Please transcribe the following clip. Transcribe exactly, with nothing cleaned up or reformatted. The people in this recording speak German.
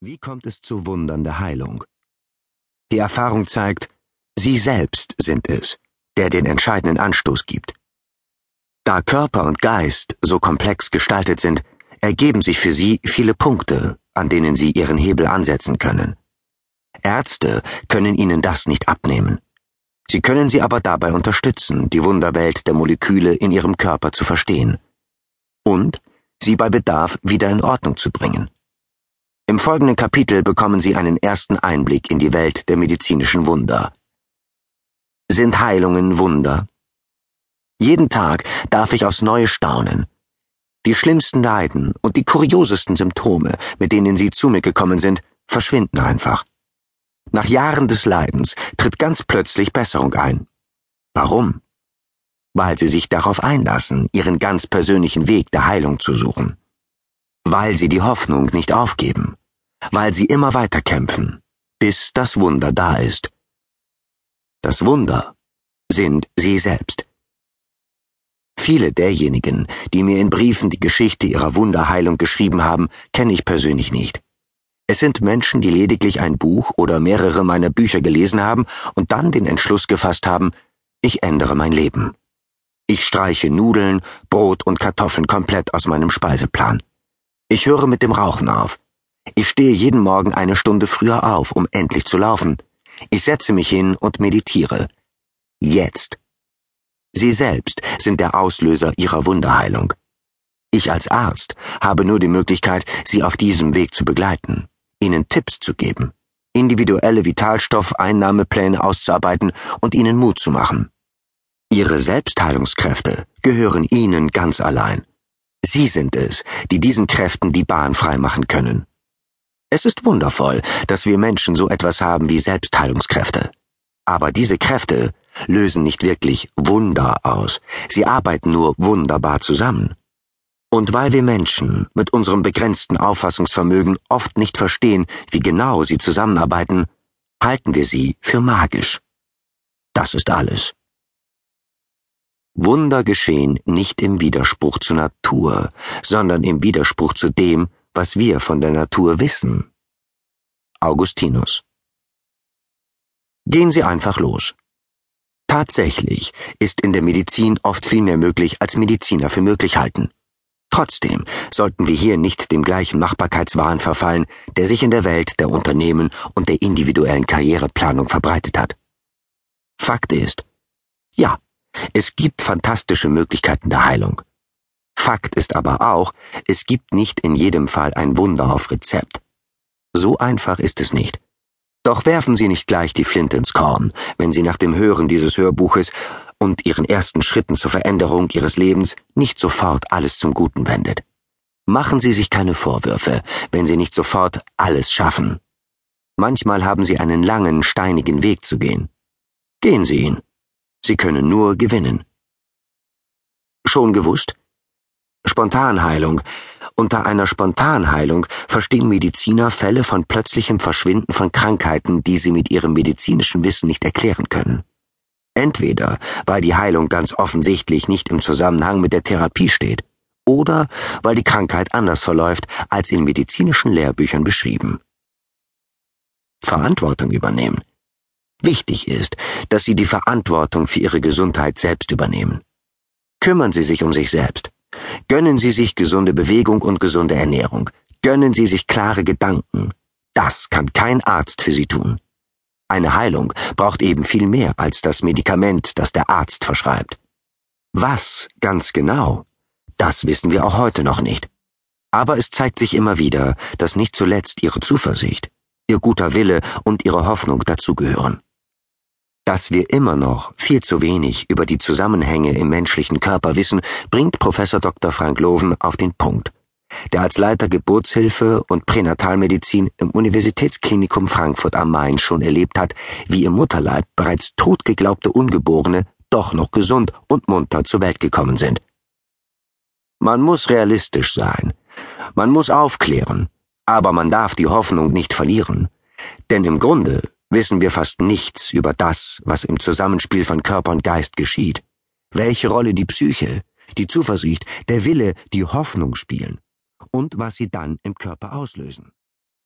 Wie kommt es zu Wundern der Heilung? Die Erfahrung zeigt, Sie selbst sind es, der den entscheidenden Anstoß gibt. Da Körper und Geist so komplex gestaltet sind, ergeben sich für Sie viele Punkte, an denen Sie Ihren Hebel ansetzen können. Ärzte können Ihnen das nicht abnehmen. Sie können Sie aber dabei unterstützen, die Wunderwelt der Moleküle in Ihrem Körper zu verstehen und sie bei Bedarf wieder in Ordnung zu bringen. Im folgenden Kapitel bekommen Sie einen ersten Einblick in die Welt der medizinischen Wunder. Sind Heilungen Wunder? Jeden Tag darf ich aufs Neue staunen. Die schlimmsten Leiden und die kuriosesten Symptome, mit denen Sie zu mir gekommen sind, verschwinden einfach. Nach Jahren des Leidens tritt ganz plötzlich Besserung ein. Warum? Weil Sie sich darauf einlassen, Ihren ganz persönlichen Weg der Heilung zu suchen. Weil Sie die Hoffnung nicht aufgeben. Weil Sie immer weiter kämpfen, bis das Wunder da ist. Das Wunder sind Sie selbst. Viele derjenigen, die mir in Briefen die Geschichte ihrer Wunderheilung geschrieben haben, kenne ich persönlich nicht. Es sind Menschen, die lediglich ein Buch oder mehrere meiner Bücher gelesen haben und dann den Entschluss gefasst haben, ich ändere mein Leben. Ich streiche Nudeln, Brot und Kartoffeln komplett aus meinem Speiseplan. Ich höre mit dem Rauchen auf. Ich stehe jeden Morgen eine Stunde früher auf, um endlich zu laufen. Ich setze mich hin und meditiere. Jetzt. Sie selbst sind der Auslöser Ihrer Wunderheilung. Ich als Arzt habe nur die Möglichkeit, Sie auf diesem Weg zu begleiten, Ihnen Tipps zu geben, individuelle Vitalstoffeinnahmepläne auszuarbeiten und Ihnen Mut zu machen. Ihre Selbstheilungskräfte gehören Ihnen ganz allein. Sie sind es, die diesen Kräften die Bahn freimachen können. Es ist wundervoll, dass wir Menschen so etwas haben wie Selbstheilungskräfte. Aber diese Kräfte lösen nicht wirklich Wunder aus, sie arbeiten nur wunderbar zusammen. Und weil wir Menschen mit unserem begrenzten Auffassungsvermögen oft nicht verstehen, wie genau sie zusammenarbeiten, halten wir sie für magisch. Das ist alles. Wunder geschehen nicht im Widerspruch zur Natur, sondern im Widerspruch zu dem, was wir von der Natur wissen. Augustinus. Gehen Sie einfach los. Tatsächlich ist in der Medizin oft viel mehr möglich, als Mediziner für möglich halten. Trotzdem sollten wir hier nicht dem gleichen Machbarkeitswahn verfallen, der sich in der Welt der Unternehmen und der individuellen Karriereplanung verbreitet hat. Fakt ist, ja, es gibt fantastische Möglichkeiten der Heilung. Fakt ist aber auch, es gibt nicht in jedem Fall ein Wunder auf Rezept. So einfach ist es nicht. Doch werfen Sie nicht gleich die Flinte ins Korn, wenn Sie nach dem Hören dieses Hörbuches und Ihren ersten Schritten zur Veränderung Ihres Lebens nicht sofort alles zum Guten wendet. Machen Sie sich keine Vorwürfe, wenn Sie nicht sofort alles schaffen. Manchmal haben Sie einen langen, steinigen Weg zu gehen. Gehen Sie ihn. Sie können nur gewinnen. Schon gewusst? Spontanheilung. Unter einer Spontanheilung verstehen Mediziner Fälle von plötzlichem Verschwinden von Krankheiten, die sie mit ihrem medizinischen Wissen nicht erklären können. Entweder, weil die Heilung ganz offensichtlich nicht im Zusammenhang mit der Therapie steht, oder weil die Krankheit anders verläuft, als in medizinischen Lehrbüchern beschrieben. Verantwortung übernehmen. Wichtig ist, dass Sie die Verantwortung für Ihre Gesundheit selbst übernehmen. Kümmern Sie sich um sich selbst. Gönnen Sie sich gesunde Bewegung und gesunde Ernährung. Gönnen Sie sich klare Gedanken. Das kann kein Arzt für Sie tun. Eine Heilung braucht eben viel mehr als das Medikament, das der Arzt verschreibt. Was ganz genau, das wissen wir auch heute noch nicht. Aber es zeigt sich immer wieder, dass nicht zuletzt Ihre Zuversicht, Ihr guter Wille und Ihre Hoffnung dazugehören. Dass wir immer noch viel zu wenig über die Zusammenhänge im menschlichen Körper wissen, bringt Professor Doktor Frank Loven auf den Punkt, der als Leiter Geburtshilfe und Pränatalmedizin im Universitätsklinikum Frankfurt am Main schon erlebt hat, wie im Mutterleib bereits tot geglaubte Ungeborene doch noch gesund und munter zur Welt gekommen sind. Man muss realistisch sein, man muss aufklären, aber man darf die Hoffnung nicht verlieren, denn im Grunde wissen wir fast nichts über das, was im Zusammenspiel von Körper und Geist geschieht, welche Rolle die Psyche, die Zuversicht, der Wille, die Hoffnung spielen und was sie dann im Körper auslösen.